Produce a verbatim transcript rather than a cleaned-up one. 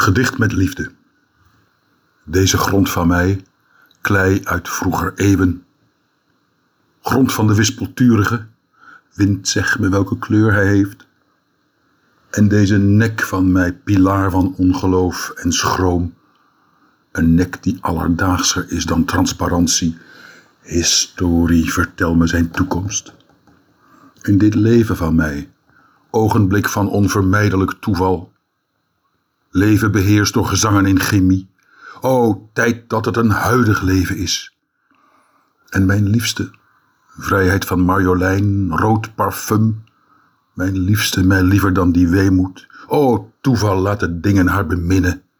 Gedicht met liefde. Deze grond van mij, klei uit vroeger eeuwen. Grond van de wispelturige, wind zeg me welke kleur hij heeft. En deze nek van mij, pilaar van ongeloof en schroom. Een nek die alledaagser is dan transparantie. Historie, vertel me zijn toekomst. In dit leven van mij, ogenblik van onvermijdelijk toeval. Leven beheerst door gezangen in chemie. O, tijd dat het een huidig leven is. En mijn liefste, vrijheid van Marjolein, rood parfum. Mijn liefste, mij liever dan die weemoed. O, toeval laat de dingen haar beminnen.